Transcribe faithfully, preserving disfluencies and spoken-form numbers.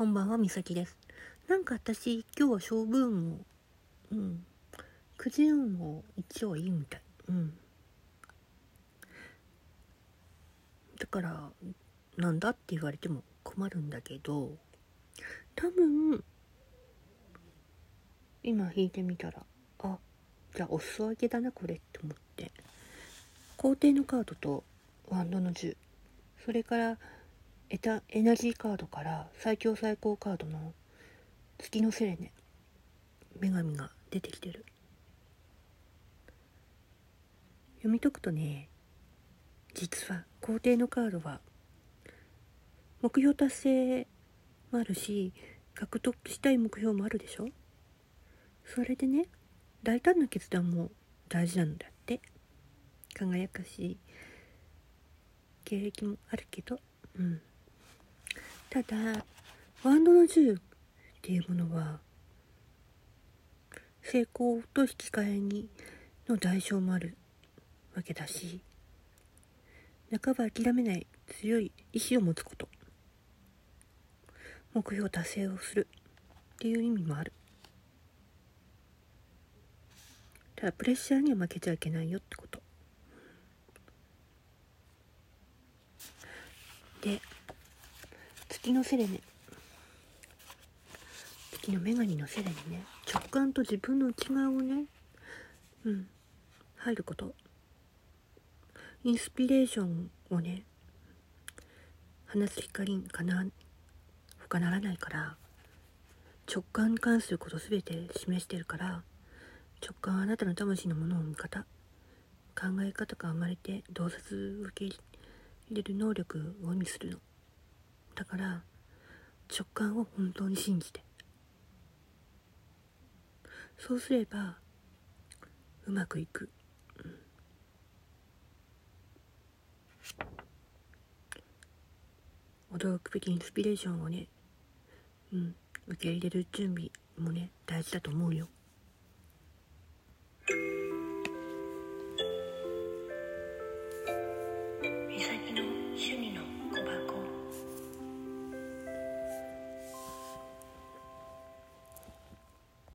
こんばんは、みさきです。なんか私、今日は小文を、うん、くじ運を一応いいみたい。うん。だから、なんだって言われても困るんだけど、多分、今引いてみたら、あ、じゃあお裾分けだな、これって思って。皇帝のカードとワンドのじゅう、それからエタエナジーカードから最強最高カードの月のセレネ、女神が出てきてる。読み解くとね、実は皇帝のカードは目標達成もあるし、獲得したい目標もあるでしょ。それでね、大胆な決断も大事なんだって。輝かしい経歴もあるけど、うん。ただワンドのじゅうっていうものは成功と引き換えにの代償もあるわけだし、半ば諦めない強い意志を持つこと、目標達成をするっていう意味もある。ただプレッシャーには負けちゃいけないよってこと。で、月のセレネ、月の女神のセレネね、直感と自分の内側をね、うん、入ること。インスピレーションをね、放つ光にかな他ならないから、直感に関することすべて示してるから、直感はあなたの魂のものを見方、考え方が生まれて洞察を受け入れる能力を意味するの。だから直感を本当に信じて、そうすればうまくいく、うん、驚くべきインスピレーションをね、うん、受け入れる準備もね大事だと思うよ。